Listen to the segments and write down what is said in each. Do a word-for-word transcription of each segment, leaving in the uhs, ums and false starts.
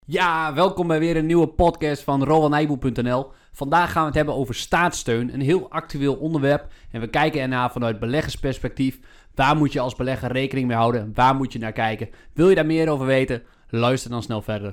Ja, welkom bij weer een nieuwe podcast van rowan nijboer punt n l. Vandaag gaan we het hebben over staatssteun, een heel actueel onderwerp. En we kijken ernaar vanuit beleggersperspectief. Waar moet je als belegger rekening mee houden? Waar moet je naar kijken? Wil je daar meer over weten? Luister dan snel verder.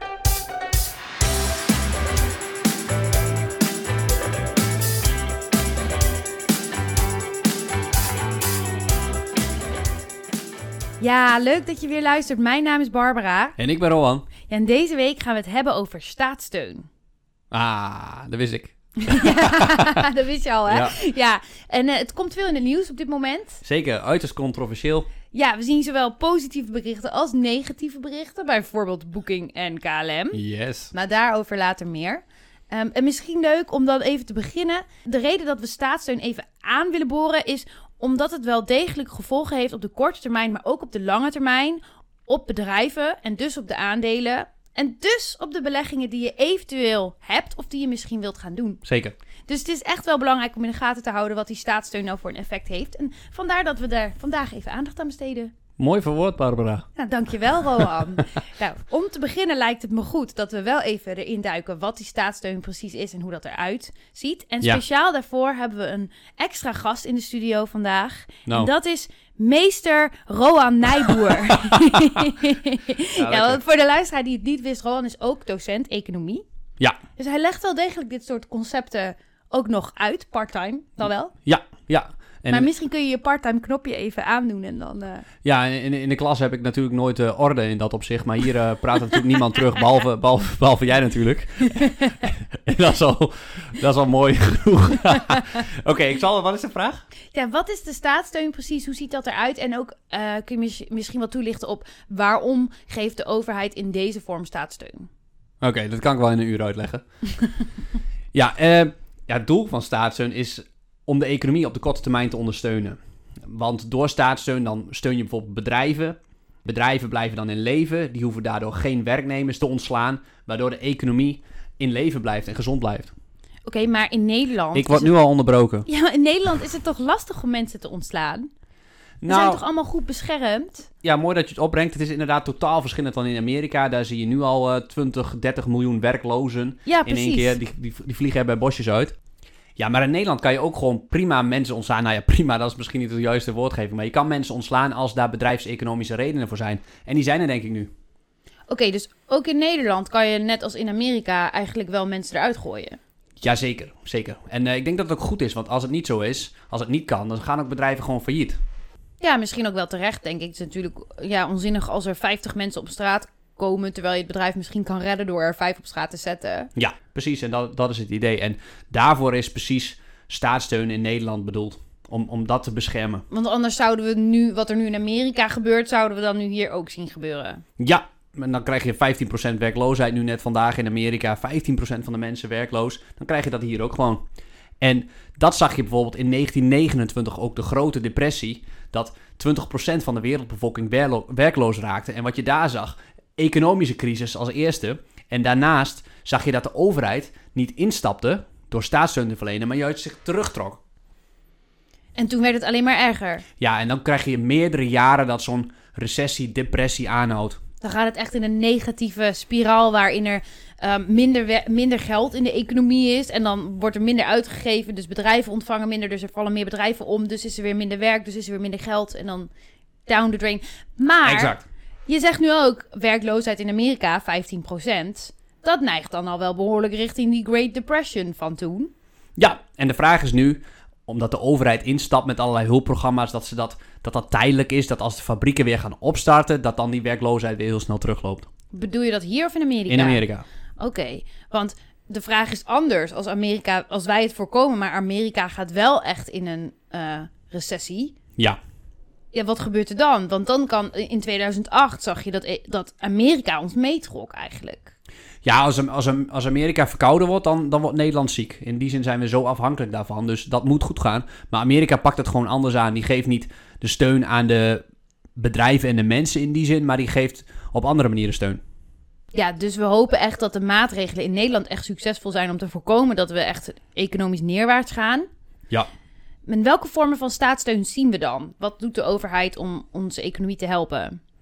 Ja, leuk dat je weer luistert. Mijn naam is Barbara. En ik ben Rowan. Ja, en deze week gaan we het hebben over staatssteun. Ah, dat wist ik. Ja, dat wist je al, hè? Ja, Ja, en uh, het komt veel in het nieuws op dit moment. zeker, uiterst controversieel. Ja, we zien zowel positieve berichten als negatieve berichten. Bijvoorbeeld Booking en K L M. Yes. Maar daarover later meer. Um, en misschien leuk om dan even te beginnen. De reden dat we staatssteun even aan willen boren is omdat het wel degelijk gevolgen heeft op de korte termijn, maar ook op de lange termijn, op bedrijven en dus op de aandelen. En dus op de beleggingen die je eventueel hebt of die je misschien wilt gaan doen. Zeker. Dus het is echt wel belangrijk om in de gaten te houden wat die staatssteun nou voor een effect heeft. En vandaar dat we daar vandaag even aandacht aan besteden. Mooi verwoord, Barbara. Nou, dankjewel, Rowan. Nou, om te beginnen lijkt het me goed dat we wel even erin duiken wat die staatssteun precies is en hoe dat eruit ziet. En Ja. speciaal daarvoor hebben we een extra gast in de studio vandaag. Nou. En dat is meester Rowan Nijboer. ja, lekker. want voor de luisteraar die het niet wist, Rowan is ook docent economie. Ja, Dus hij legt wel degelijk dit soort concepten ook nog uit, parttime, dan wel. ja, ja. En maar misschien kun je je parttime knopje even aandoen en dan... Uh... Ja, in, in de klas heb ik natuurlijk nooit uh, orde in dat opzicht. Maar hier uh, praat natuurlijk niemand terug, behalve, behalve, behalve jij natuurlijk. En dat is al, dat is al mooi genoeg. Oké, okay, ik zal. Wat is de vraag? Ja, wat is de staatssteun precies? Hoe ziet dat eruit? En ook uh, kun je mis, misschien wat toelichten op waarom geeft de overheid in deze vorm staatssteun? Oké, okay, dat kan ik wel in een uur uitleggen. ja, uh, ja, het doel van staatssteun is om de economie op de korte termijn te ondersteunen. Want door staatssteun dan steun je bijvoorbeeld bedrijven. Bedrijven blijven dan in leven. Die hoeven daardoor geen werknemers te ontslaan. Waardoor de economie in leven blijft en gezond blijft. Oké, okay, maar in Nederland... Ik word het... nu al onderbroken. Ja, maar in Nederland is het toch lastig om mensen te ontslaan? We nou, zijn toch allemaal goed beschermd? Ja, mooi dat je het opbrengt. Het is inderdaad totaal verschillend dan in Amerika. Daar zie je nu al uh, twintig, dertig miljoen werklozen ja, in precies. één keer. Die, die, die vliegen er bij bosjes uit. Ja, maar in Nederland kan je ook gewoon prima mensen ontslaan. Nou ja, prima, dat is misschien niet de juiste woordgeving. Maar je kan mensen ontslaan als daar bedrijfseconomische redenen voor zijn. En die zijn er denk ik nu. Oké, okay, dus ook in Nederland kan je net als in Amerika eigenlijk wel mensen eruit gooien. Jazeker, zeker. En uh, ik denk dat het ook goed is. Want als het niet zo is, als het niet kan, dan gaan ook bedrijven gewoon failliet. Ja, misschien ook wel terecht, denk ik. Het is natuurlijk ja, onzinnig als er vijftig mensen op straat komen, terwijl je het bedrijf misschien kan redden door er vijf op straat te zetten. Ja, precies. En dat, dat is het idee. En daarvoor is precies staatssteun in Nederland bedoeld. Om, om dat te beschermen. Want anders zouden we nu, wat er nu in Amerika gebeurt, zouden we dan nu hier ook zien gebeuren. Ja, en dan krijg je vijftien procent werkloosheid nu net vandaag in Amerika. vijftien procent van de mensen werkloos. Dan krijg je dat hier ook gewoon. En dat zag je bijvoorbeeld in negentien negenentwintig ook de grote depressie. Dat twintig procent van de wereldbevolking werlo- werkloos raakte. En wat je daar zag, economische crisis als eerste. En daarnaast zag je dat de overheid niet instapte door staatssteun te verlenen, maar juist zich terugtrok. En toen werd het alleen maar erger. Ja, en dan krijg je meerdere jaren dat zo'n recessie, depressie aanhoudt. Dan gaat het echt in een negatieve spiraal waarin er um, minder, we- minder geld in de economie is. En dan wordt er minder uitgegeven, dus bedrijven ontvangen minder. Dus er vallen meer bedrijven om, dus is er weer minder werk, dus is er weer minder geld. En dan down the drain. Maar Exact. Je zegt nu ook werkloosheid in Amerika, vijftien procent. Dat neigt dan al wel behoorlijk richting die Great Depression van toen. Ja, en de vraag is nu, omdat de overheid instapt met allerlei hulpprogramma's, dat, ze dat, dat dat tijdelijk is, dat als de fabrieken weer gaan opstarten, dat dan die werkloosheid weer heel snel terugloopt. Bedoel je dat hier of in Amerika? In Amerika. Oké, okay, want de vraag is anders als Amerika, als wij het voorkomen, maar Amerika gaat wel echt in een uh, recessie. Ja. Ja, wat gebeurt er dan? Want dan kan, in tweeduizend acht zag je dat, dat Amerika ons meetrok eigenlijk. Ja, als, als, als Amerika verkouden wordt, dan, dan wordt Nederland ziek. In die zin zijn we zo afhankelijk daarvan, dus dat moet goed gaan. Maar Amerika pakt het gewoon anders aan. Die geeft niet de steun aan de bedrijven en de mensen in die zin, maar die geeft op andere manieren steun. Ja, dus we hopen echt dat de maatregelen in Nederland echt succesvol zijn om te voorkomen dat we echt economisch neerwaarts gaan. Ja. En welke vormen van staatssteun zien we dan? Wat doet de overheid om onze economie te helpen?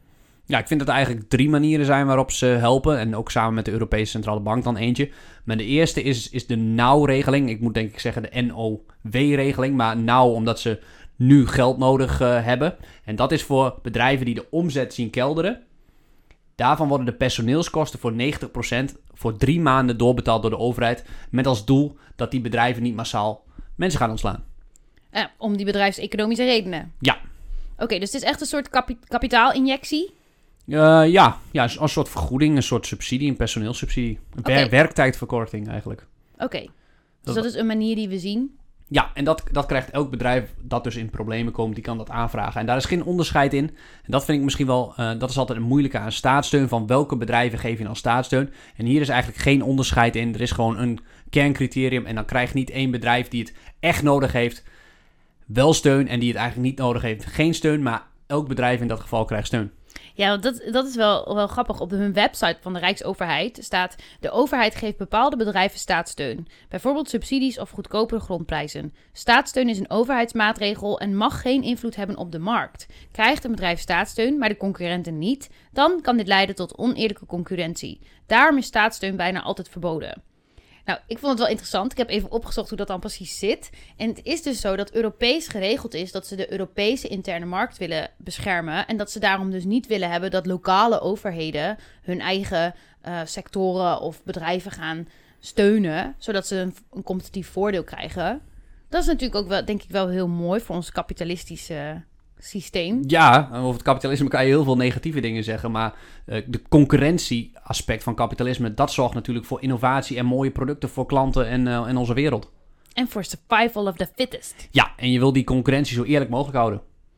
Ja, ik vind dat er eigenlijk drie manieren zijn waarop ze helpen. En ook samen met de Europese Centrale Bank dan eentje. Maar de eerste is, is de N O W-regeling. Ik moet denk ik zeggen de N O W-regeling. Maar N O W omdat ze nu geld nodig uh, hebben. En dat is voor bedrijven die de omzet zien kelderen. Daarvan worden de personeelskosten voor negentig procent voor drie maanden doorbetaald door de overheid. Met als doel dat die bedrijven niet massaal mensen gaan ontslaan. Uh, om die bedrijfseconomische redenen? Ja. Oké, okay, dus het is echt een soort kapi- kapitaalinjectie? Uh, ja, ja, een soort vergoeding, een soort subsidie, een personeelssubsidie. Een okay. wer- werktijdverkorting eigenlijk. Oké, okay. dus dat, dat is een manier die we zien. Ja, en dat, dat krijgt elk bedrijf dat dus in problemen komt, die kan dat aanvragen. En daar is geen onderscheid in. En dat vind ik misschien wel, uh, dat is altijd een moeilijke aan staatssteun. Van welke bedrijven geef je nou staatssteun? En hier is eigenlijk geen onderscheid in. Er is gewoon een kerncriterium. En dan krijgt niet één bedrijf die het echt nodig heeft wel steun. En die het eigenlijk niet nodig heeft geen steun. Maar elk bedrijf in dat geval krijgt steun. Ja, dat, dat is wel, wel grappig. Op hun website van de Rijksoverheid staat: de overheid geeft bepaalde bedrijven staatssteun. Bijvoorbeeld subsidies of goedkopere grondprijzen. Staatssteun is een overheidsmaatregel en mag geen invloed hebben op de markt. Krijgt een bedrijf staatssteun, maar de concurrenten niet, dan kan dit leiden tot oneerlijke concurrentie. Daarom is staatssteun bijna altijd verboden. Nou, ik vond het wel interessant. Ik heb even opgezocht hoe dat dan precies zit. En het is dus zo dat Europees geregeld is dat ze de Europese interne markt willen beschermen. En dat ze daarom dus niet willen hebben dat lokale overheden hun eigen uh, sectoren of bedrijven gaan steunen. Zodat ze een, een competitief voordeel krijgen. Dat is natuurlijk ook wel, denk ik, wel heel mooi voor ons kapitalistische systeem. Ja, over het kapitalisme kan je heel veel negatieve dingen zeggen, maar uh, de concurrentieaspect van kapitalisme, dat zorgt natuurlijk voor innovatie en mooie producten voor klanten en, uh, en onze wereld. En voor survival of the fittest. Ja, en je wil die concurrentie zo eerlijk mogelijk houden.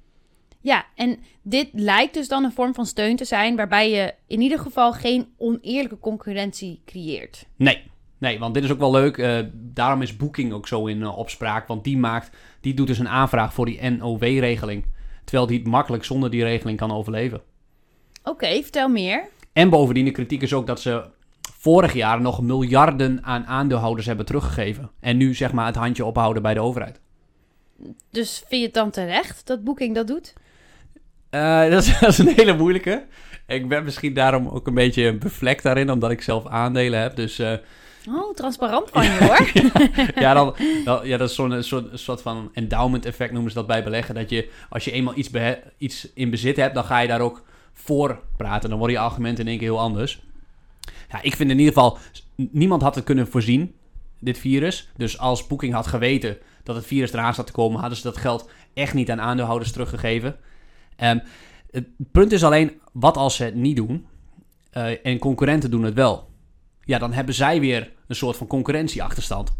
Ja, en dit lijkt dus dan een vorm van steun te zijn waarbij je in ieder geval geen oneerlijke concurrentie creëert. Nee, nee, want dit is ook wel leuk. Uh, daarom is Booking ook zo in uh, opspraak, want die maakt, die doet dus een aanvraag voor die N O W-regeling. Terwijl die het makkelijk zonder die regeling kan overleven. Oké, okay, vertel meer. En bovendien, de kritiek is ook dat ze vorig jaar nog miljarden aan aandeelhouders hebben teruggegeven. En nu zeg maar het handje ophouden bij de overheid. Dus vind je het dan terecht dat Booking dat doet? Uh, dat, is, dat is een hele moeilijke. Ik ben misschien daarom ook een beetje bevlekt daarin, omdat ik zelf aandelen heb. Dus... Uh, Oh, transparant van je hoor. ja, ja, dan, dan, ja, dat is zo'n soort, soort van endowment effect noemen ze dat bij beleggen. Dat je, als je eenmaal iets, behe- iets in bezit hebt, dan ga je daar ook voor praten. Dan worden je argumenten in één keer heel anders. Ja, ik vind in ieder geval, niemand had het kunnen voorzien, dit virus. Dus als Booking had geweten dat het virus eraan zat te komen, hadden ze dat geld echt niet aan aandeelhouders teruggegeven. Um, het punt is alleen, wat als ze het niet doen uh, en concurrenten doen het wel? Ja, dan hebben zij weer een soort van concurrentieachterstand.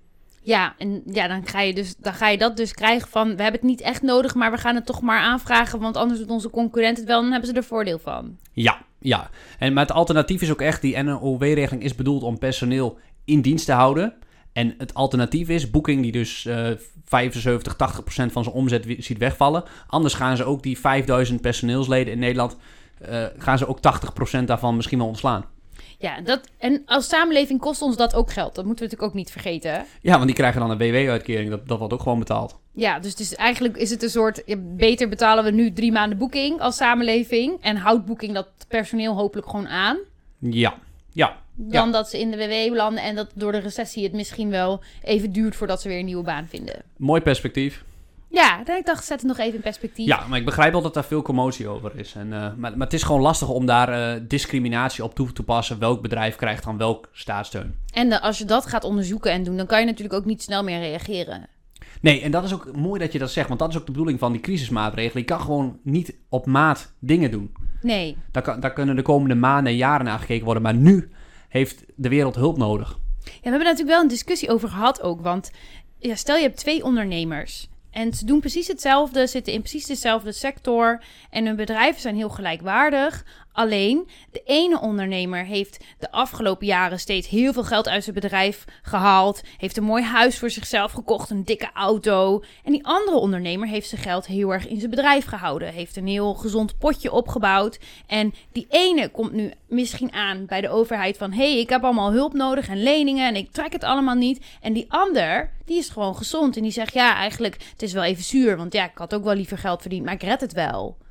Ja, en ja, dan ga je, dus, dan ga je dat dus krijgen van... we hebben het niet echt nodig, maar we gaan het toch maar aanvragen... want anders doet onze concurrent het wel en dan hebben ze er voordeel van. Ja, ja. En, maar het alternatief is ook echt... die N O W-regeling is bedoeld om personeel in dienst te houden. En het alternatief is Booking die dus uh, vijfenzeventig, tachtig procent van zijn omzet w- ziet wegvallen. Anders gaan ze ook die vijfduizend personeelsleden in Nederland... Uh, gaan ze ook tachtig procent daarvan misschien wel ontslaan. Ja, dat, en als samenleving kost ons dat ook geld. Dat moeten we natuurlijk ook niet vergeten. Ja, want die krijgen dan een W W-uitkering. Dat, dat wordt ook gewoon betaald. Ja, dus het is, eigenlijk is het een soort... Ja, beter betalen we nu drie maanden Booking als samenleving. En houdt Booking dat personeel hopelijk gewoon aan. Ja, ja. Dan ja. dat ze in de W W landen en dat door de recessie het misschien wel even duurt voordat ze weer een nieuwe baan vinden. Mooi perspectief. Ja, dan ik dacht, zet het nog even in perspectief. Ja, maar ik begrijp wel dat daar veel commotie over is. En, uh, maar, maar het is gewoon lastig om daar uh, discriminatie op toe te passen. Welk bedrijf krijgt dan welk staatssteun? En de, als je dat gaat onderzoeken en doen, dan kan je natuurlijk ook niet snel meer reageren. Nee, en dat is ook mooi dat je dat zegt. Want dat is ook de bedoeling van die crisismaatregelen. Je kan gewoon niet op maat dingen doen. Nee. Daar, kan, daar kunnen de komende maanden en jaren naar gekeken worden. Maar nu heeft de wereld hulp nodig. Ja, we hebben er natuurlijk wel een discussie over gehad ook. Want ja, stel je hebt twee ondernemers... En ze doen precies hetzelfde, zitten in precies dezelfde sector en hun bedrijven zijn heel gelijkwaardig. Alleen, de ene ondernemer heeft de afgelopen jaren steeds heel veel geld uit zijn bedrijf gehaald. Heeft een mooi huis voor zichzelf gekocht, een dikke auto. En die andere ondernemer heeft zijn geld heel erg in zijn bedrijf gehouden. Heeft een heel gezond potje opgebouwd. En die ene komt nu misschien aan bij de overheid van... hé, hey, ik heb allemaal hulp nodig en leningen en ik trek het allemaal niet. En die ander, die is gewoon gezond en die zegt... ja, eigenlijk, het is wel even zuur, want ja, ik had ook wel liever geld verdiend, maar ik red het wel.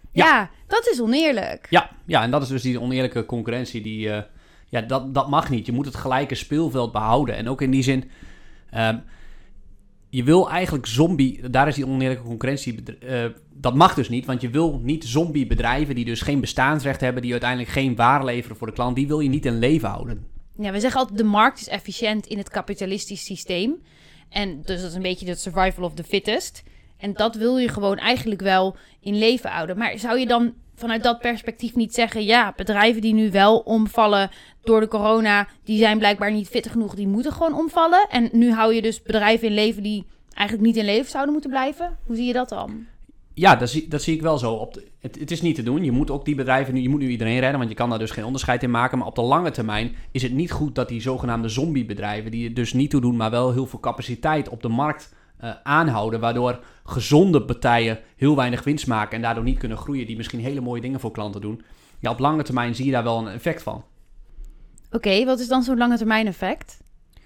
Ja, ja dat is oneerlijk. Ja, ja, en dat is dus die oneerlijke concurrentie. Die, uh, ja, dat, dat mag niet. Je moet het gelijke speelveld behouden. En ook in die zin... Um, je wil eigenlijk zombie... Daar is die oneerlijke concurrentie... Uh, dat mag dus niet. Want je wil niet zombie bedrijven... die dus geen bestaansrecht hebben... die uiteindelijk geen waar leveren voor de klant... die wil je niet in leven houden. Ja, we zeggen altijd... de markt is efficiënt in het kapitalistisch systeem. En dus dat is een beetje de survival of the fittest. En dat wil je gewoon eigenlijk wel in leven houden. Maar zou je dan vanuit dat perspectief niet zeggen... ja, bedrijven die nu wel omvallen door de corona... die zijn blijkbaar niet fit genoeg, die moeten gewoon omvallen. En nu hou je dus bedrijven in leven die eigenlijk niet in leven zouden moeten blijven. Hoe zie je dat dan? Ja, dat zie, dat zie ik wel zo. Op de, het, het is niet te doen. Je moet ook die bedrijven nu, je moet nu iedereen redden, want je kan daar dus geen onderscheid in maken. Maar op de lange termijn is het niet goed dat die zogenaamde zombiebedrijven, die het dus niet toe doen, maar wel heel veel capaciteit op de markt uh, aanhouden, waardoor gezonde partijen heel weinig winst maken en daardoor niet kunnen groeien, die misschien hele mooie dingen voor klanten doen. Ja, op lange termijn zie je daar wel een effect van. Oké, okay, wat is dan zo'n lange termijn effect?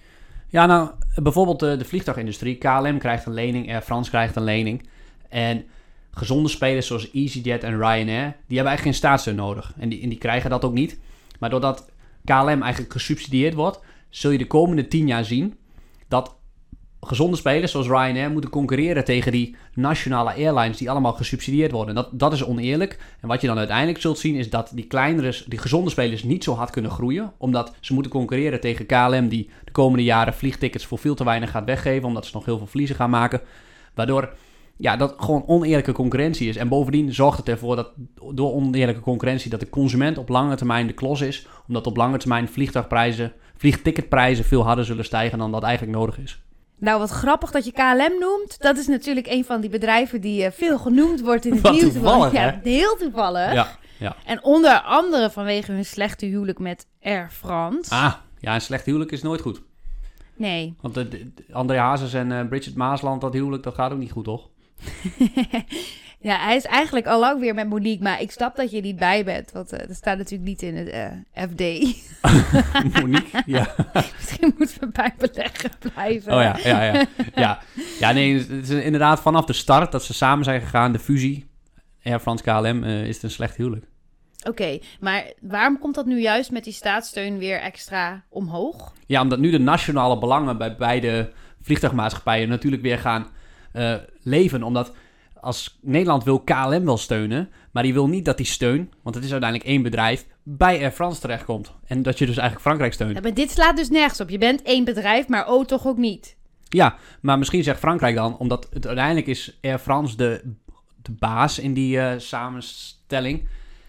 Ja, nou, bijvoorbeeld de, de vliegtuigindustrie. K L M krijgt een lening, Air France krijgt een lening. En gezonde spelers zoals EasyJet en Ryanair, die hebben eigenlijk geen staatssteun nodig. En die, en die krijgen dat ook niet. Maar doordat K L M eigenlijk gesubsidieerd wordt, zul je de komende tien jaar zien dat gezonde spelers zoals Ryanair moeten concurreren tegen die nationale airlines die allemaal gesubsidieerd worden. Dat, dat is oneerlijk. En wat je dan uiteindelijk zult zien is dat die kleinere, die gezonde spelers niet zo hard kunnen groeien, omdat ze moeten concurreren tegen K L M die de komende jaren vliegtickets voor veel te weinig gaat weggeven, omdat ze nog heel veel verliezen gaan maken. Waardoor ja, dat gewoon oneerlijke concurrentie is. En bovendien zorgt het ervoor dat door oneerlijke concurrentie dat de consument op lange termijn de klos is, omdat op lange termijn vliegtuigprijzen, vliegticketprijzen veel harder zullen stijgen dan dat eigenlijk nodig is. Nou, wat grappig dat je K L M noemt. Dat is natuurlijk een van die bedrijven die uh, veel genoemd wordt in het wat nieuws. Toevallig, ja, heel toevallig. Ja, ja. En onder andere vanwege hun slechte huwelijk met Air France. Ah, ja, een slecht huwelijk is nooit goed. Nee. Want de, de, André Hazes en uh, Bridget Maasland, dat huwelijk, dat gaat ook niet goed, toch? Ja, hij is eigenlijk al lang weer met Monique, maar ik snap dat je niet bij bent, want uh, er staat natuurlijk niet in het uh, F D. Monique, ja. Misschien moeten we bij beleggen blijven. Oh ja, ja, ja. Ja, ja nee, het is inderdaad vanaf de start dat ze samen zijn gegaan, de fusie, Air France K L M, uh, is het een slecht huwelijk. Oké, okay, maar waarom komt dat nu juist met die staatssteun weer extra omhoog? Ja, omdat nu de nationale belangen bij beide vliegtuigmaatschappijen natuurlijk weer gaan uh, leven. Omdat als Nederland wil K L M wel steunen, maar die wil niet dat die steun, want het is uiteindelijk één bedrijf, bij Air France terechtkomt. En dat je dus eigenlijk Frankrijk steunt. Ja, maar dit slaat dus nergens op. Je bent één bedrijf, maar oh, toch ook niet. Ja, maar misschien zegt Frankrijk dan, omdat het uiteindelijk is Air France de, de baas in die uh, samenstelling.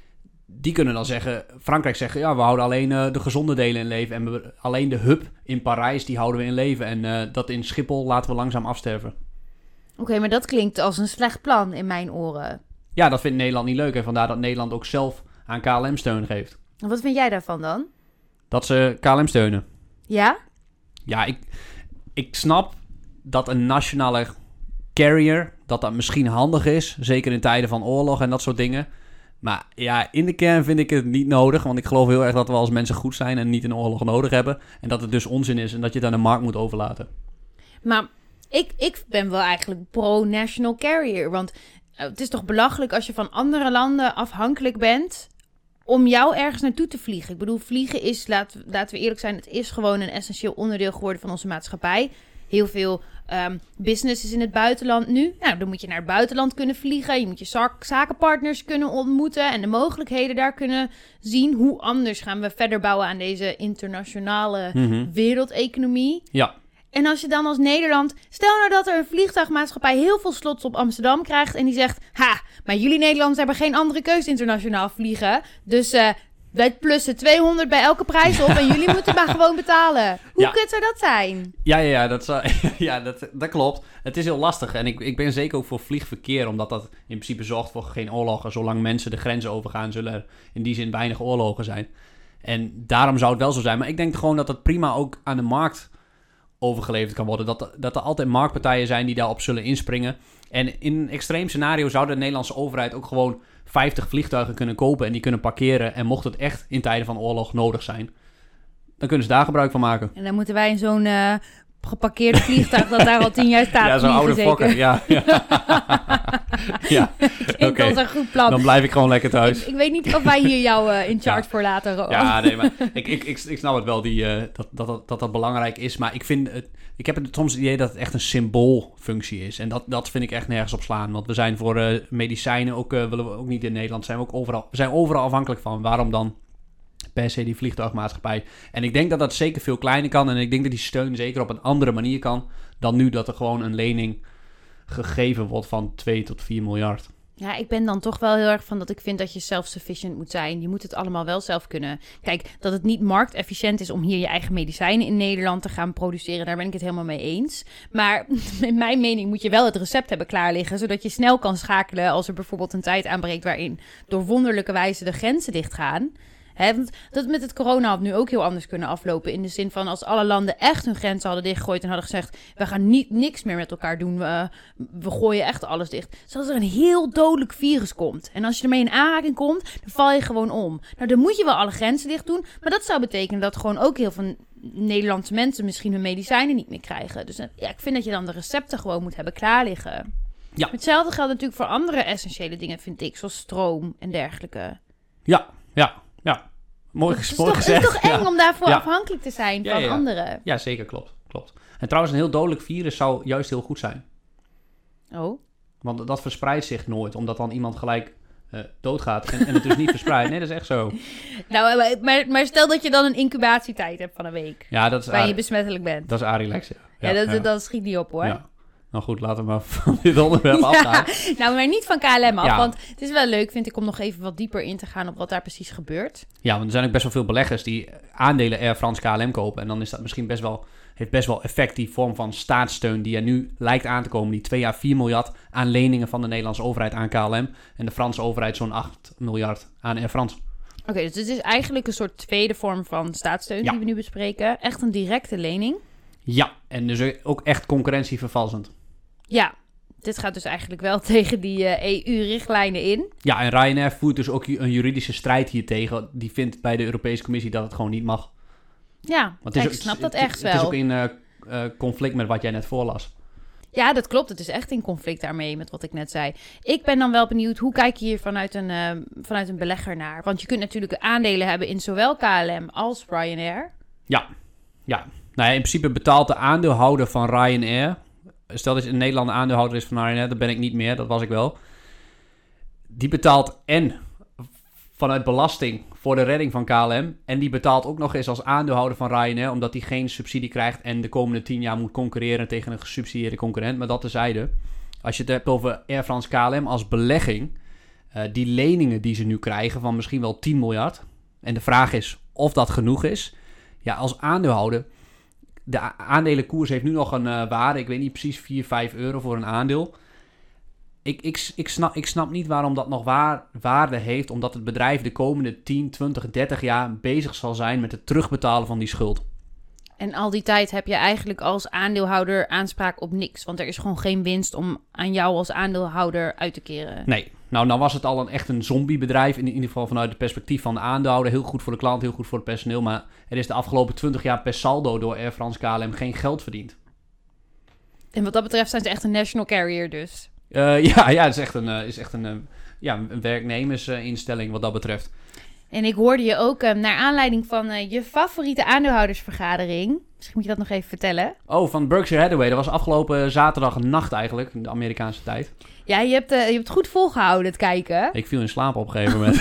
Die kunnen dan zeggen, Frankrijk zegt, ja, we houden alleen uh, de gezonde delen in leven. En we, alleen de hub in Parijs, die houden we in leven. En uh, dat in Schiphol laten we langzaam afsterven. Oké, okay, maar dat klinkt als een slecht plan in mijn oren. Ja, dat vindt Nederland niet leuk. En vandaar dat Nederland ook zelf aan K L M steun geeft. En wat vind jij daarvan dan? Dat ze K L M steunen. Ja? Ja, ik, ik snap dat een nationale carrier, dat dat misschien handig is. Zeker in tijden van oorlog en dat soort dingen. Maar ja, in de kern vind ik het niet nodig. Want ik geloof heel erg dat we als mensen goed zijn en niet een oorlog nodig hebben. En dat het dus onzin is en dat je het aan de markt moet overlaten. Maar ik, ik ben wel eigenlijk pro-national carrier. Want het is toch belachelijk als je van andere landen afhankelijk bent om jou ergens naartoe te vliegen. Ik bedoel, vliegen is, laten, laten we eerlijk zijn, het is gewoon een essentieel onderdeel geworden van onze maatschappij. Heel veel um, business is in het buitenland nu. Nou, dan moet je naar het buitenland kunnen vliegen. Je moet je zak- zakenpartners kunnen ontmoeten en de mogelijkheden daar kunnen zien. Hoe anders gaan we verder bouwen aan deze internationale mm-hmm. wereldeconomie? Ja. En als je dan als Nederland... Stel nou dat er een vliegtuigmaatschappij heel veel slots op Amsterdam krijgt en die zegt, ha, maar jullie Nederlanders hebben geen andere keus internationaal vliegen. Dus uh, wij plussen tweehonderd bij elke prijs op en jullie moeten maar gewoon betalen. Hoe ja. kut zou dat zijn? Ja, ja, ja, dat, zou, ja dat, dat klopt. Het is heel lastig en ik, ik ben zeker ook voor vliegverkeer, omdat dat in principe zorgt voor geen oorlogen. Zolang mensen de grenzen overgaan, zullen er in die zin weinig oorlogen zijn. En daarom zou het wel zo zijn. Maar ik denk gewoon dat dat prima ook aan de markt overgeleverd kan worden. Dat, dat er altijd marktpartijen zijn die daarop zullen inspringen. En in een extreem scenario zou de Nederlandse overheid ook gewoon vijftig vliegtuigen kunnen kopen en die kunnen parkeren. En mocht het echt in tijden van oorlog nodig zijn, dan kunnen ze daar gebruik van maken. En dan moeten wij in zo'n uh, geparkeerde vliegtuig dat daar al tien jaar staat. Ja, zo'n oude fokker. Ja, ja. Ja, oké. Okay. Dat is een goed plan. Dan blijf ik gewoon lekker thuis. Ik, ik weet niet of wij hier jou uh, in charge ja. voor laten. Roan. Ja, nee, maar ik, ik, ik, ik snap het wel die, uh, dat, dat, dat, dat dat belangrijk is. Maar ik vind het, ik heb het soms het idee dat het echt een symboolfunctie is. En dat, dat vind ik echt nergens op slaan. Want we zijn voor uh, medicijnen ook, uh, willen we ook niet in Nederland. Zijn we, ook overal, we zijn overal afhankelijk van. Waarom dan per se die vliegtuigmaatschappij? En ik denk dat dat zeker veel kleiner kan. En ik denk dat die steun zeker op een andere manier kan. Dan nu dat er gewoon een lening gegeven wordt van twee tot vier miljard. Ja, ik ben dan toch wel heel erg van dat ik vind dat je self-sufficient moet zijn. Je moet het allemaal wel zelf kunnen. Kijk, dat het niet marktefficiënt is om hier je eigen medicijnen in Nederland te gaan produceren, daar ben ik het helemaal mee eens. Maar in mijn mening moet je wel het recept hebben klaar liggen, zodat je snel kan schakelen als er bijvoorbeeld een tijd aanbreekt waarin door wonderlijke wijze de grenzen dichtgaan. He, want dat met het corona had nu ook heel anders kunnen aflopen. In de zin van als alle landen echt hun grenzen hadden dichtgegooid en hadden gezegd, we gaan niet, niks meer met elkaar doen. We, we gooien echt alles dicht. Zoals er een heel dodelijk virus komt. En als je ermee in aanraking komt, dan val je gewoon om. Nou, dan moet je wel alle grenzen dicht doen. Maar dat zou betekenen dat gewoon ook heel veel Nederlandse mensen misschien hun medicijnen niet meer krijgen. Dus ja, ik vind dat je dan de recepten gewoon moet hebben klaar liggen. Ja. Hetzelfde geldt natuurlijk voor andere essentiële dingen, vind ik. Zoals stroom en dergelijke. Ja, ja. Ja, mooi, het is mooi toch, gezegd. Het is toch eng ja. om daarvoor ja. afhankelijk te zijn ja, van ja, ja. anderen? Ja, zeker, klopt, klopt. En trouwens, een heel dodelijk virus zou juist heel goed zijn. Oh. Want dat verspreidt zich nooit, omdat dan iemand gelijk uh, doodgaat en, en het dus niet verspreidt. Nee, dat is echt zo. Nou, maar, maar stel dat je dan een incubatietijd hebt van een week. Ja, dat is waar je besmettelijk bent. Dat is Arilex, ja. Ja, ja, dat, ja. dat schiet niet op, hoor. Ja. Nou goed, laten we maar van dit onderwerp ja, afgaan. Nou, maar niet van K L M af, ja. Want het is wel leuk, vind ik, om nog even wat dieper in te gaan op wat daar precies gebeurt. Ja, want er zijn ook best wel veel beleggers die aandelen Air France K L M kopen. En dan is dat misschien best wel, heeft best wel effect, die vorm van staatssteun die er nu lijkt aan te komen. Die twee à vier miljard aan leningen van de Nederlandse overheid aan K L M. En de Franse overheid zo'n acht miljard aan Air France. Oké, okay, dus het is eigenlijk een soort tweede vorm van staatssteun ja. die we nu bespreken. Echt een directe lening. Ja, en dus ook echt concurrentievervalsend. Ja, dit gaat dus eigenlijk wel tegen die uh, E U-richtlijnen in. Ja, en Ryanair voert dus ook een juridische strijd hier tegen. Die vindt bij de Europese Commissie dat het gewoon niet mag. Ja, Want het is ik ook, snap dat het, echt wel. Het is ook in uh, uh, conflict met wat jij net voorlas. Ja, dat klopt. Het is echt in conflict daarmee met wat ik net zei. Ik ben dan wel benieuwd, hoe kijk je hier vanuit een, uh, vanuit een belegger naar? Want je kunt natuurlijk aandelen hebben in zowel K L M als Ryanair. Ja, ja. Nou ja, in principe betaalt de aandeelhouder van Ryanair... Stel dat je een Nederlander aandeelhouder is van Ryanair, dat ben ik niet meer, dat was ik wel. Die betaalt en vanuit belasting voor de redding van K L M. En die betaalt ook nog eens als aandeelhouder van Ryanair, omdat hij geen subsidie krijgt en de komende tien jaar moet concurreren tegen een gesubsidieerde concurrent. Maar dat terzijde. Als je het hebt over Air France K L M als belegging, uh, die leningen die ze nu krijgen van misschien wel tien miljard. En de vraag is of dat genoeg is. Ja, als aandeelhouder... De aandelenkoers heeft nu nog een uh, waarde, ik weet niet precies, vier, vijf euro voor een aandeel. Ik, ik, ik, snap, ik snap niet waarom dat nog waar, waarde heeft, omdat het bedrijf de komende tien, twintig, dertig jaar bezig zal zijn met het terugbetalen van die schuld. En al die tijd heb je eigenlijk als aandeelhouder aanspraak op niks, want er is gewoon geen winst om aan jou als aandeelhouder uit te keren. Nee, nou dan was het al een, echt een zombiebedrijf, in ieder geval vanuit het perspectief van de aandeelhouder. Heel goed voor de klant, heel goed voor het personeel, maar er is de afgelopen twintig jaar per saldo door Air France K L M geen geld verdiend. En wat dat betreft zijn ze echt een national carrier dus. Uh, ja, ja, het is echt een, uh, is echt een, uh, ja, een werknemersinstelling wat dat betreft. En ik hoorde je ook, uh, naar aanleiding van uh, je favoriete aandeelhoudersvergadering. Misschien moet je dat nog even vertellen. Oh, van Berkshire Hathaway. Dat was afgelopen zaterdag nacht eigenlijk, in de Amerikaanse tijd. Ja, je hebt, uh, je hebt goed volgehouden het kijken. Ik viel in slaap op een gegeven moment.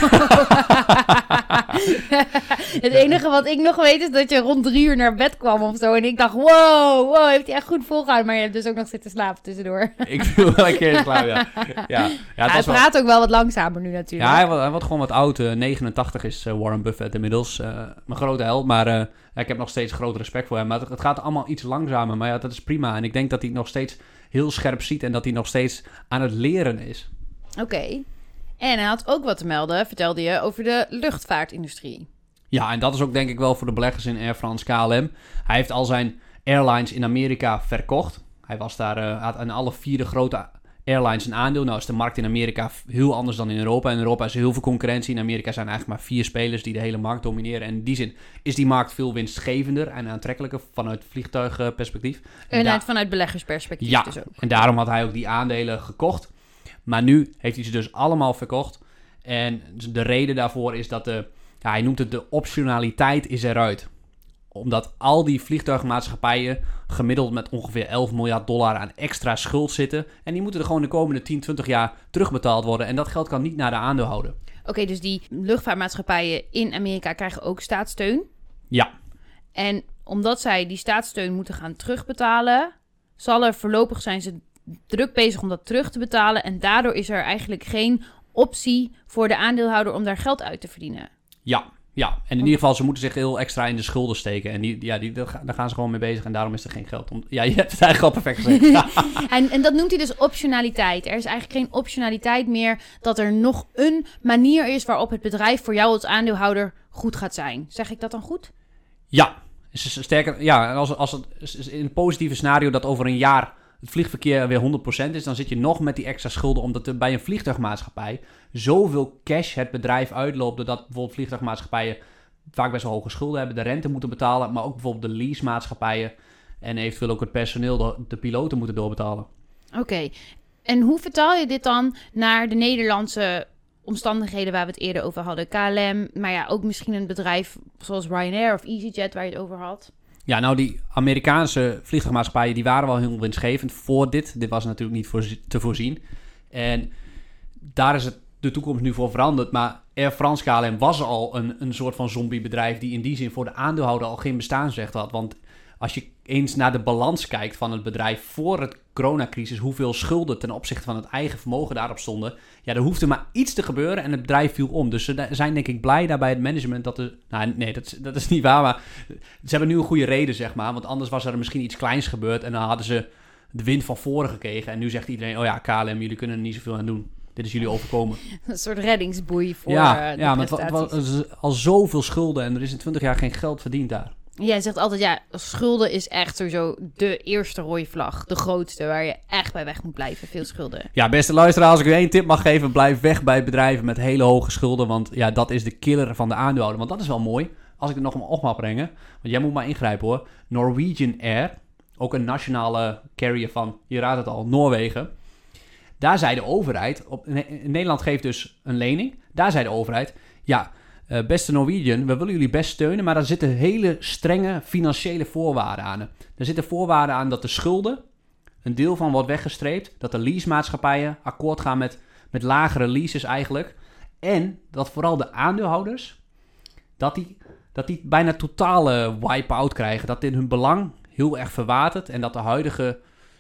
Het enige wat ik nog weet is dat je rond drie uur naar bed kwam of zo. En ik dacht, wow, wow, heeft hij echt goed volgehouden. Maar je hebt dus ook nog zitten slapen tussendoor. Ik viel wel een keer in slaap, ja. ja. ja, ja hij praat wel... ook wel wat langzamer nu natuurlijk. Ja, hij wordt, hij wordt gewoon wat oud. Uh, negenentachtig is uh, Warren Buffett inmiddels. Uh, mijn grote held, maar uh, ik heb nog steeds groot respect voor hem. Maar het, het gaat allemaal iets langzamer. Maar ja, dat is prima. En ik denk dat hij het nog steeds heel scherp ziet en dat hij nog steeds aan het leren is. Oké. Okay. En hij had ook wat te melden, vertelde je, over de luchtvaartindustrie. Ja, en dat is ook denk ik wel voor de beleggers in Air France K L M. Hij heeft al zijn airlines in Amerika verkocht. Hij was daar, uh, had aan alle vier de grote airlines een aandeel. Nou is de markt in Amerika heel anders dan in Europa. In Europa is er heel veel concurrentie. In Amerika zijn eigenlijk maar vier spelers die de hele markt domineren. En in die zin is die markt veel winstgevender en aantrekkelijker vanuit vliegtuigperspectief. En, en da- vanuit beleggersperspectief ja, dus ook. En daarom had hij ook die aandelen gekocht. Maar nu heeft hij ze dus allemaal verkocht. En de reden daarvoor is dat de, ja, hij noemt het de optionaliteit is eruit. Omdat al die vliegtuigmaatschappijen gemiddeld met ongeveer elf miljard dollar aan extra schuld zitten. En die moeten er gewoon de komende tien, twintig jaar terugbetaald worden. En dat geld kan niet naar de aandeelhouder. Oké, okay, dus die luchtvaartmaatschappijen in Amerika krijgen ook staatssteun? Ja. En omdat zij die staatssteun moeten gaan terugbetalen, zal er voorlopig zijn ze druk bezig om dat terug te betalen. En daardoor is er eigenlijk geen optie voor de aandeelhouder om daar geld uit te verdienen. Ja. Ja, en in ieder geval, ze moeten zich heel extra in de schulden steken. En die, ja, die, daar gaan ze gewoon mee bezig en daarom is er geen geld. Om, ja, je hebt het eigenlijk al perfect gezegd. en, en dat noemt hij dus optionaliteit. Er is eigenlijk geen optionaliteit meer dat er nog een manier is waarop het bedrijf voor jou als aandeelhouder goed gaat zijn. Zeg ik dat dan goed? Ja, sterker, ja, als, als het in een positieve scenario dat over een jaar het vliegverkeer weer honderd procent is, dan zit je nog met die extra schulden, omdat er bij een vliegtuigmaatschappij zoveel cash het bedrijf uitloopt, doordat bijvoorbeeld vliegtuigmaatschappijen vaak best wel hoge schulden hebben, de rente moeten betalen, maar ook bijvoorbeeld de leasemaatschappijen en eventueel ook het personeel, de, de piloten moeten doorbetalen. Oké, okay. En hoe vertaal je dit dan naar de Nederlandse omstandigheden waar we het eerder over hadden? K L M, maar ja, ook misschien een bedrijf zoals Ryanair of EasyJet waar je het over had. Ja, nou die Amerikaanse vliegtuigmaatschappijen die waren wel heel winstgevend voor dit. Dit was natuurlijk niet voor, te voorzien. En daar is het de toekomst nu voor veranderd. Maar Air France K L M was al een, een soort van zombiebedrijf die in die zin voor de aandeelhouder al geen bestaansrecht had. Want als je eens naar de balans kijkt van het bedrijf voor het coronacrisis, hoeveel schulden ten opzichte van het eigen vermogen daarop stonden, ja, er hoefde maar iets te gebeuren en het bedrijf viel om. Dus ze zijn denk ik blij daarbij het management dat er, nou nee, dat, dat is niet waar, maar ze hebben nu een goede reden, zeg maar, want anders was er misschien iets kleins gebeurd en dan hadden ze de wind van voren gekregen en nu zegt iedereen, oh ja, K L M, jullie kunnen er niet zoveel aan doen. Dit is jullie overkomen. Een soort reddingsboei voor ja, uh, de ja, maar het was al zoveel schulden en er is in twintig jaar geen geld verdiend daar. Jij zegt altijd, ja, schulden is echt sowieso de eerste rode vlag. De grootste, waar je echt bij weg moet blijven. Veel schulden. Ja, beste luisteraar, als ik u één tip mag geven, blijf weg bij bedrijven met hele hoge schulden. Want ja, dat is de killer van de aandeelhouder. Want dat is wel mooi, als ik het nog op mag brengen. Want jij moet maar ingrijpen hoor. Norwegian Air, ook een nationale carrier van, je raadt het al, Noorwegen. Daar zei de overheid, op, Nederland geeft dus een lening. Daar zei de overheid, ja, uh, beste Norwegian, we willen jullie best steunen, maar daar zitten hele strenge financiële voorwaarden aan. Er zitten voorwaarden aan dat de schulden, een deel van wordt weggestreept, dat de leasemaatschappijen akkoord gaan met, met lagere leases eigenlijk. En dat vooral de aandeelhouders, dat die, dat die bijna totale wipe-out krijgen. Dat in hun belang heel erg verwatert en dat de huidige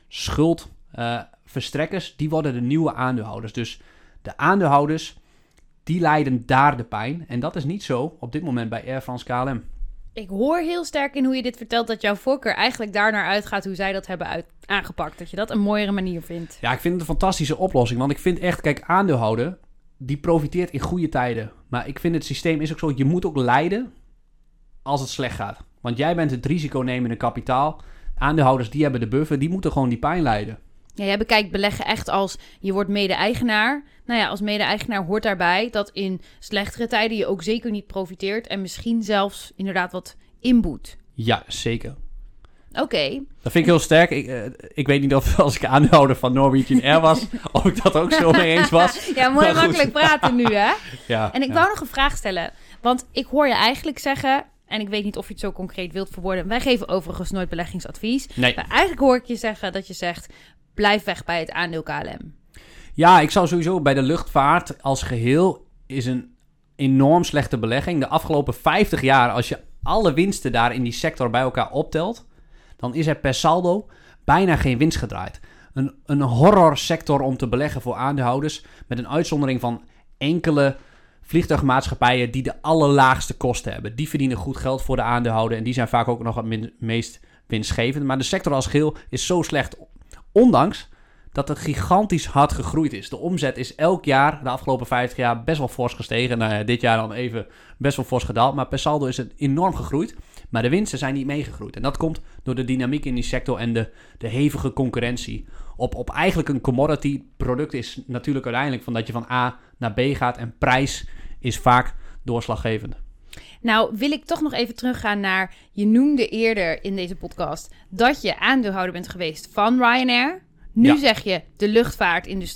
schuldverstrekkers, uh, die worden de nieuwe aandeelhouders. Dus de aandeelhouders, die lijden daar de pijn. En dat is niet zo op dit moment bij Air France K L M. Ik hoor heel sterk in hoe je dit vertelt dat jouw voorkeur eigenlijk daar naar uitgaat hoe zij dat hebben uit, aangepakt. Dat je dat een mooiere manier vindt. Ja, ik vind het een fantastische oplossing. Want ik vind echt, kijk, aandeelhouder, die profiteert in goede tijden. Maar ik vind het systeem is ook zo, je moet ook lijden als het slecht gaat. Want jij bent het risiconemende kapitaal. Aandeelhouders, die hebben de buffer, die moeten gewoon die pijn lijden. Ja, jij bekijkt beleggen echt als je wordt mede-eigenaar. Nou ja, als mede-eigenaar hoort daarbij dat in slechtere tijden je ook zeker niet profiteert en misschien zelfs inderdaad wat inboet. Ja, zeker. Oké. Okay. Dat vind ik heel sterk. Ik, uh, ik weet niet of als ik aandeelhouder van Norwegian Air was, of ik dat ook zo mee eens was. Ja, mooi makkelijk praten nu, hè? Ja, en ik ja. wou nog een vraag stellen. Want ik hoor je eigenlijk zeggen, en ik weet niet of je het zo concreet wilt verwoorden. Wij geven overigens nooit beleggingsadvies. Nee. Maar eigenlijk hoor ik je zeggen dat je zegt, blijf weg bij het aandeel K L M. Ja, ik zou sowieso bij de luchtvaart als geheel is een enorm slechte belegging. De afgelopen vijftig jaar, als je alle winsten daar in die sector bij elkaar optelt, dan is er per saldo bijna geen winst gedraaid. Een, een horrorsector om te beleggen voor aandeelhouders, met een uitzondering van enkele vliegtuigmaatschappijen die de allerlaagste kosten hebben. Die verdienen goed geld voor de aandeelhouder en die zijn vaak ook nog het min, meest winstgevend. Maar de sector als geheel is zo slecht, ondanks dat het gigantisch hard gegroeid is. De omzet is elk jaar, de afgelopen vijftig jaar, best wel fors gestegen. Nou ja, dit jaar dan even best wel fors gedaald. Maar per saldo is het enorm gegroeid. Maar de winsten zijn niet meegegroeid. En dat komt door de dynamiek in die sector en de, de hevige concurrentie. Op, op eigenlijk een commodity product is natuurlijk uiteindelijk van dat je van A naar B gaat. En prijs is vaak doorslaggevend. Nou, wil ik toch nog even teruggaan naar, je noemde eerder in deze podcast dat je aandeelhouder bent geweest van Ryanair. Nu ja. zeg je, de luchtvaartindustrie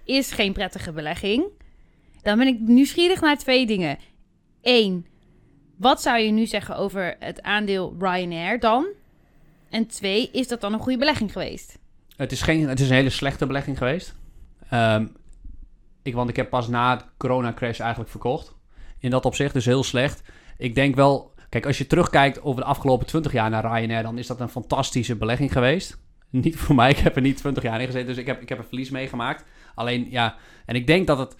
is geen prettige belegging. Dan ben ik nieuwsgierig naar twee dingen. Eén, wat zou je nu zeggen over het aandeel Ryanair dan? En twee, is dat dan een goede belegging geweest? Het is, geen, het is een hele slechte belegging geweest. Um, ik, want ik heb pas na de coronacrash eigenlijk verkocht. In dat opzicht, dus heel slecht. Ik denk wel... Kijk, als je terugkijkt over de afgelopen twintig jaar naar Ryanair, dan is dat een fantastische belegging geweest. Niet voor mij, ik heb er niet twintig jaar in gezeten, dus ik heb, ik heb een verlies meegemaakt. Alleen, ja, en ik denk dat het...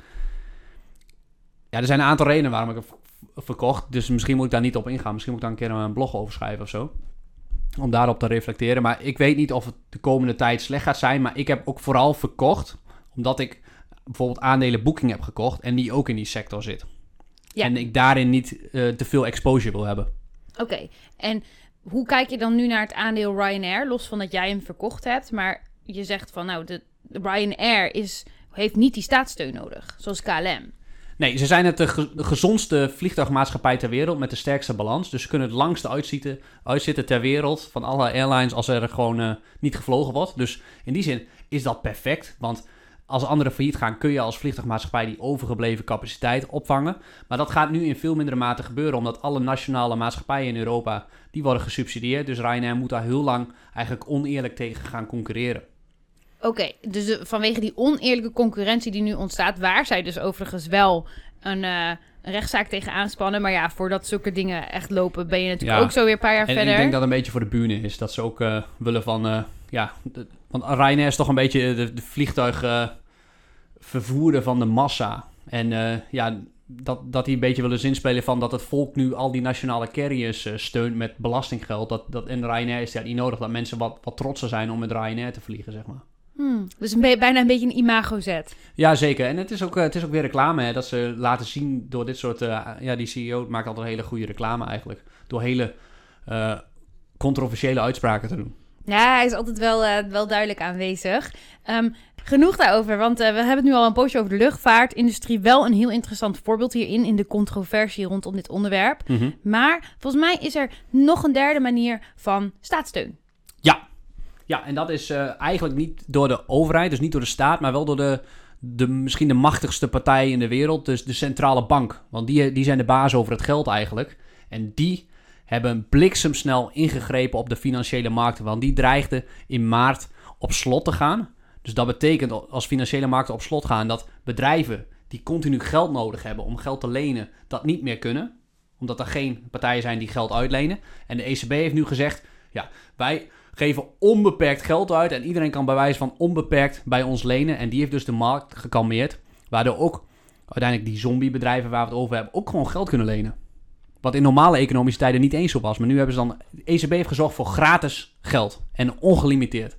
Ja, er zijn een aantal redenen waarom ik het verkocht, dus misschien moet ik daar niet op ingaan. Misschien moet ik daar een keer een blog over schrijven of zo. Om daarop te reflecteren. Maar ik weet niet of het de komende tijd slecht gaat zijn, maar ik heb ook vooral verkocht, omdat ik bijvoorbeeld aandelen Booking heb gekocht en die ook in die sector zit. Ja. En ik daarin niet uh, te veel exposure wil hebben. Oké, okay. En hoe kijk je dan nu naar het aandeel Ryanair? Los van dat jij hem verkocht hebt. Maar je zegt van nou, de, de Ryanair is, heeft niet die staatssteun nodig. Zoals K L M. Nee, ze zijn het de, ge- de gezondste vliegtuigmaatschappij ter wereld met de sterkste balans. Dus ze kunnen het langste uitzitten, uitzitten ter wereld van alle airlines als er gewoon uh, niet gevlogen wordt. Dus in die zin is dat perfect. Want als anderen failliet gaan, kun je als vliegtuigmaatschappij die overgebleven capaciteit opvangen. Maar dat gaat nu in veel mindere mate gebeuren, omdat alle nationale maatschappijen in Europa, die worden gesubsidieerd. Dus Ryanair moet daar heel lang eigenlijk oneerlijk tegen gaan concurreren. Oké, okay, dus de, vanwege die oneerlijke concurrentie die nu ontstaat, waar zij dus overigens wel een, uh, een rechtszaak tegen aanspannen. Maar ja, voordat zulke dingen echt lopen, ben je natuurlijk ja. ook zo weer een paar jaar en verder. Ik denk dat het een beetje voor de bühne is. Dat ze ook uh, willen van... Uh, ja, de, want Ryanair is toch een beetje de, de vliegtuig uh, vervoerder van de massa. En uh, ja, dat, dat die een beetje willen zinspelen van dat het volk nu al die nationale carriers uh, steunt met belastinggeld. Dat, dat, en Ryanair is ja niet nodig dat mensen wat, wat trotser zijn om met Ryanair te vliegen, zeg maar. Hmm, dus een be- bijna een beetje een imago-zet. Ja, zeker. En het is ook, uh, het is ook weer reclame, hè, dat ze laten zien door dit soort... Uh, ja, die C E O maakt altijd een hele goede reclame eigenlijk. Door hele uh, controversiële uitspraken te doen. Ja, hij is altijd wel, uh, wel duidelijk aanwezig. Um, genoeg daarover, want uh, we hebben het nu al een poosje over de luchtvaartindustrie. Wel een heel interessant voorbeeld hierin, in de controversie rondom dit onderwerp. Mm-hmm. Maar volgens mij is er nog een derde manier van staatssteun. Ja. Ja, en dat is uh, eigenlijk niet door de overheid, dus niet door de staat, maar wel door de, de misschien de machtigste partij in de wereld, dus de centrale bank. Want die, die zijn de baas over het geld eigenlijk. En die hebben bliksemsnel ingegrepen op de financiële markten, want die dreigden in maart op slot te gaan. Dus dat betekent als financiële markten op slot gaan dat bedrijven die continu geld nodig hebben om geld te lenen, dat niet meer kunnen. Omdat er geen partijen zijn die geld uitlenen. En de E C B heeft nu gezegd, ja, wij geven onbeperkt geld uit en iedereen kan bij wijze van onbeperkt bij ons lenen. En die heeft dus de markt gekalmeerd, waardoor ook uiteindelijk die zombiebedrijven waar we het over hebben ook gewoon geld kunnen lenen. Wat in normale economische tijden niet eens zo was. Maar nu hebben ze dan... De E C B heeft gezorgd voor gratis geld. En ongelimiteerd.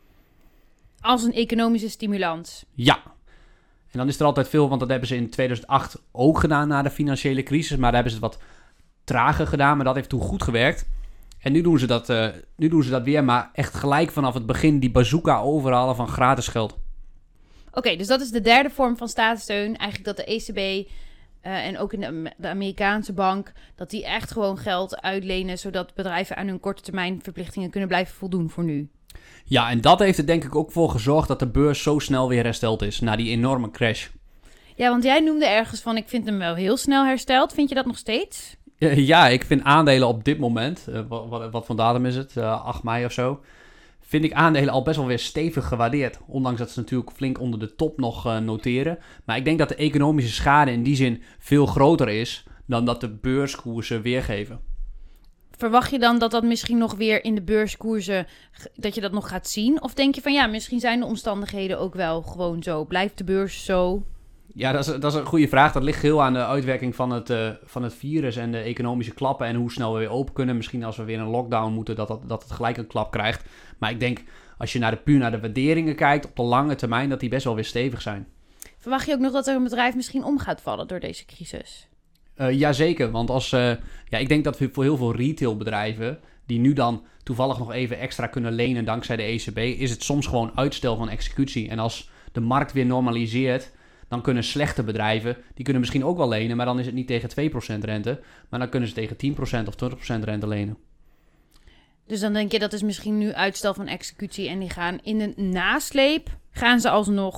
Als een economische stimulans. Ja. En dan is er altijd veel... Want dat hebben ze in tweeduizend acht ook gedaan na de financiële crisis. Maar daar hebben ze het wat trager gedaan. Maar dat heeft toen goed gewerkt. En nu doen ze dat, uh, nu doen ze dat weer. Maar echt gelijk vanaf het begin die bazooka overhalen van gratis geld. Oké, okay, dus dat is de derde vorm van staatssteun. Eigenlijk dat de E C B... Uh, en ook in de, de Amerikaanse bank, dat die echt gewoon geld uitlenen, zodat bedrijven aan hun korte termijn verplichtingen kunnen blijven voldoen voor nu. Ja, en dat heeft er denk ik ook voor gezorgd dat de beurs zo snel weer hersteld is, na die enorme crash. Ja, want jij noemde ergens van, ik vind hem wel heel snel hersteld. Vind je dat nog steeds? Uh, ja, ik vind aandelen op dit moment, uh, wat, wat, wat voor datum is het, uh, acht mei of zo, vind ik aandelen al best wel weer stevig gewaardeerd. Ondanks dat ze natuurlijk flink onder de top nog uh, noteren. Maar ik denk dat de economische schade in die zin veel groter is dan dat de beurskoersen weergeven. Verwacht je dan dat dat misschien nog weer in de beurskoersen, dat je dat nog gaat zien? Of denk je van ja, misschien zijn de omstandigheden ook wel gewoon zo. Blijft de beurs zo? Ja, dat is, dat is een goede vraag. Dat ligt heel aan de uitwerking van het, uh, van het virus en de economische klappen en hoe snel we weer open kunnen. Misschien als we weer een lockdown moeten, dat, dat, dat het gelijk een klap krijgt. Maar ik denk, als je naar de, puur naar de waarderingen kijkt op de lange termijn, dat die best wel weer stevig zijn. Verwacht je ook nog dat er een bedrijf misschien om gaat vallen door deze crisis? Uh, jazeker, want als, uh, ja, ik denk dat voor heel veel retailbedrijven, die nu dan toevallig nog even extra kunnen lenen dankzij de E C B, is het soms gewoon uitstel van executie. En als de markt weer normaliseert, dan kunnen slechte bedrijven, die kunnen misschien ook wel lenen, maar dan is het niet tegen twee procent rente, maar dan kunnen ze tegen tien procent of twintig procent rente lenen. Dus dan denk je dat is misschien nu uitstel van executie en die gaan in de nasleep, gaan ze alsnog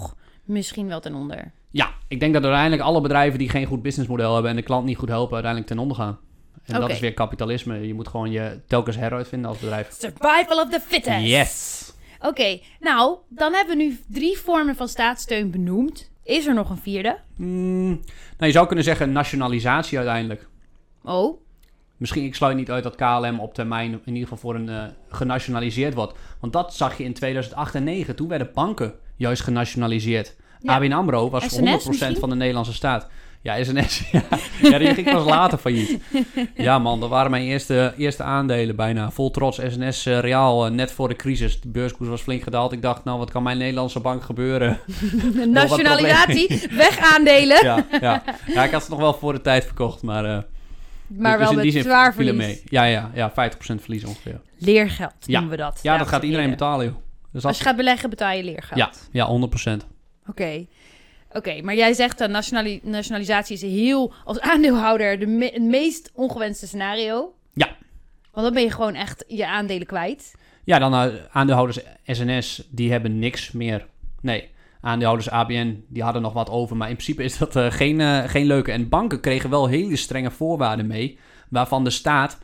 misschien wel ten onder. Ja, ik denk dat uiteindelijk alle bedrijven die geen goed businessmodel hebben... en de klant niet goed helpen, uiteindelijk ten onder gaan. En Oké. dat is weer kapitalisme. Je moet gewoon je telkens heruitvinden als bedrijf. Survival of the fittest. Yes! Oké, okay, nou, dan hebben we nu drie vormen van staatssteun benoemd. Is er nog een vierde? Mm, nou, je zou kunnen zeggen nationalisatie uiteindelijk. Oh. Misschien, ik sluit niet uit dat K L M op termijn in ieder geval voor een uh, genationaliseerd wordt. Want dat zag je in tweeduizend acht en tweeduizend negen. Toen werden banken juist genationaliseerd. Ja. A B N AMRO was S N S honderd procent misschien? van de Nederlandse staat. Ja, S N S. Ja, ja die ging pas later failliet. Ja man, dat waren mijn eerste, eerste aandelen bijna. Vol trots S N S uh, Reaal, uh, net voor de crisis. De beurskoers was flink gedaald. Ik dacht, nou wat kan mijn Nederlandse bank gebeuren? Nationalisatie, weg aandelen. Ja, ja. ja, ik had ze nog wel voor de tijd verkocht, maar... Uh, Maar dus wel in met die zin zwaar viel het verlies. mee. Ja, ja, ja, vijftig procent verlies ongeveer. Leergeld Ja. noemen we dat. Ja, dat dames gaat en iedereen heren. betalen, joh. Dus Als je gaat beleggen, betaal je leergeld. Ja, ja, honderd procent. Oké. Oké, maar jij zegt dat nationali- nationalisatie is heel, als aandeelhouder, de me- het meest ongewenste scenario. Ja. Want dan ben je gewoon echt je aandelen kwijt. Ja, dan uh, aandeelhouders S N S, die hebben niks meer. Nee, aandeelhouders A B N, die hadden nog wat over. Maar in principe is dat uh, geen, uh, geen leuke. En banken kregen wel hele strenge voorwaarden mee, waarvan de staat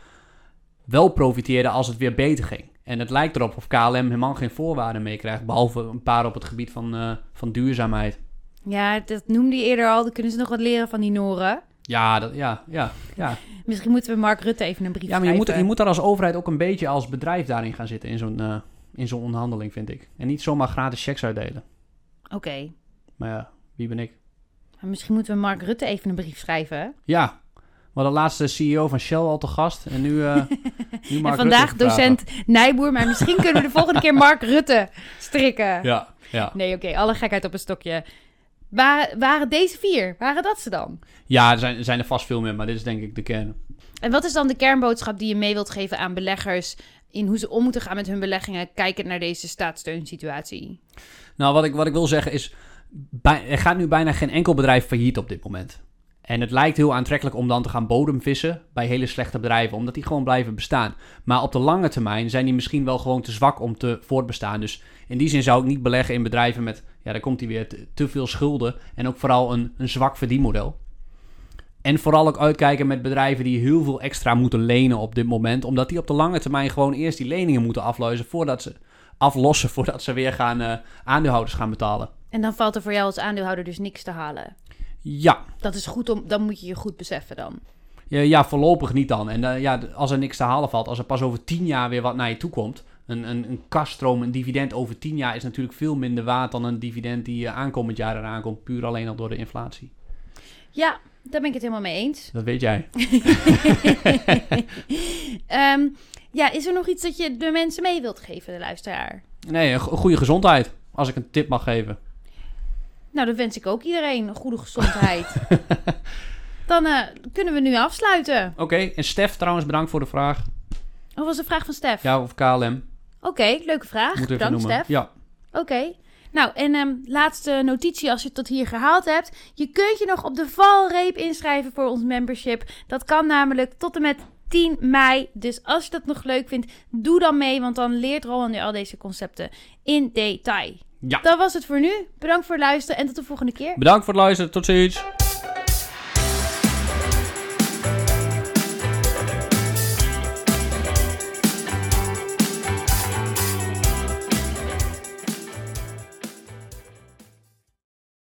wel profiteerde als het weer beter ging. En het lijkt erop of K L M helemaal geen voorwaarden mee krijgt, behalve een paar op het gebied van, uh, van duurzaamheid. Ja, dat noemde je eerder al. Dan kunnen ze nog wat leren van die Noren. Ja, dat, ja, ja, ja. Misschien moeten we Mark Rutte even een brief Ja, maar je moet, schrijven. je moet daar als overheid ook een beetje als bedrijf daarin gaan zitten in zo'n, uh, in zo'n onderhandeling, vind ik. En niet zomaar gratis checks uitdelen. Oké. Maar ja, wie ben ik? Maar misschien moeten we Mark Rutte even een brief schrijven. Ja, we hadden laatst de C E O van Shell al te gast. En nu, uh, nu Mark en vandaag Rutte vragen. docent Nijboer. Maar misschien kunnen we de volgende keer Mark Rutte strikken. Ja, ja. Nee, oké. alle gekheid op een stokje. Waren, waren deze vier? Waren dat ze dan? Ja, er zijn, er zijn er vast veel meer, maar dit is denk ik de kern. En wat is dan de kernboodschap die je mee wilt geven aan beleggers in hoe ze om moeten gaan met hun beleggingen, kijkend naar deze staatssteunsituatie? Nou, wat ik, wat ik wil zeggen is, bij, er gaat nu bijna geen enkel bedrijf failliet op dit moment. En het lijkt heel aantrekkelijk om dan te gaan bodemvissen bij hele slechte bedrijven, omdat die gewoon blijven bestaan. Maar op de lange termijn zijn die misschien wel gewoon te zwak om te voortbestaan. Dus in die zin zou ik niet beleggen in bedrijven met, ja, daar komt hij weer, te, te veel schulden en ook vooral een, een zwak verdienmodel. En vooral ook uitkijken met bedrijven die heel veel extra moeten lenen op dit moment, omdat die op de lange termijn gewoon eerst die leningen moeten aflossen voordat ze, aflossen voordat ze weer gaan uh, aandeelhouders gaan betalen. En dan valt er voor jou als aandeelhouder dus niks te halen. Ja. Dat is goed om, dan moet je je goed beseffen dan. Ja, ja voorlopig niet dan. En uh, ja, als er niks te halen valt, als er pas over tien jaar weer wat naar je toe komt, een, een, een kasstroom, een dividend over tien jaar is natuurlijk veel minder waard dan een dividend die uh, aankomend jaar eraan komt, puur alleen al door de inflatie. Ja, daar ben ik het helemaal mee eens. Dat weet jij. um, ja, is er nog iets dat je de mensen mee wilt geven, de luisteraar? Nee, een go- goede gezondheid, als ik een tip mag geven. Nou, dat wens ik ook iedereen, een goede gezondheid. Dan uh, kunnen we nu afsluiten. Oké, okay, en Stef trouwens, bedankt voor de vraag. Wat was de vraag van Stef? Ja, of K L M. Oké, okay, leuke vraag. Moet even Bedankt, noemen. Stef. Ja. Oké. Okay. Nou, en um, laatste notitie als je het tot hier gehaald hebt. Je kunt je nog op de valreep inschrijven voor ons membership. Dat kan namelijk tot en met tien mei. Dus als je dat nog leuk vindt, doe dan mee. Want dan leert Roland nu al deze concepten in detail. Ja. Dat was het voor nu. Bedankt voor het luisteren en tot de volgende keer. Bedankt voor het luisteren. Tot ziens.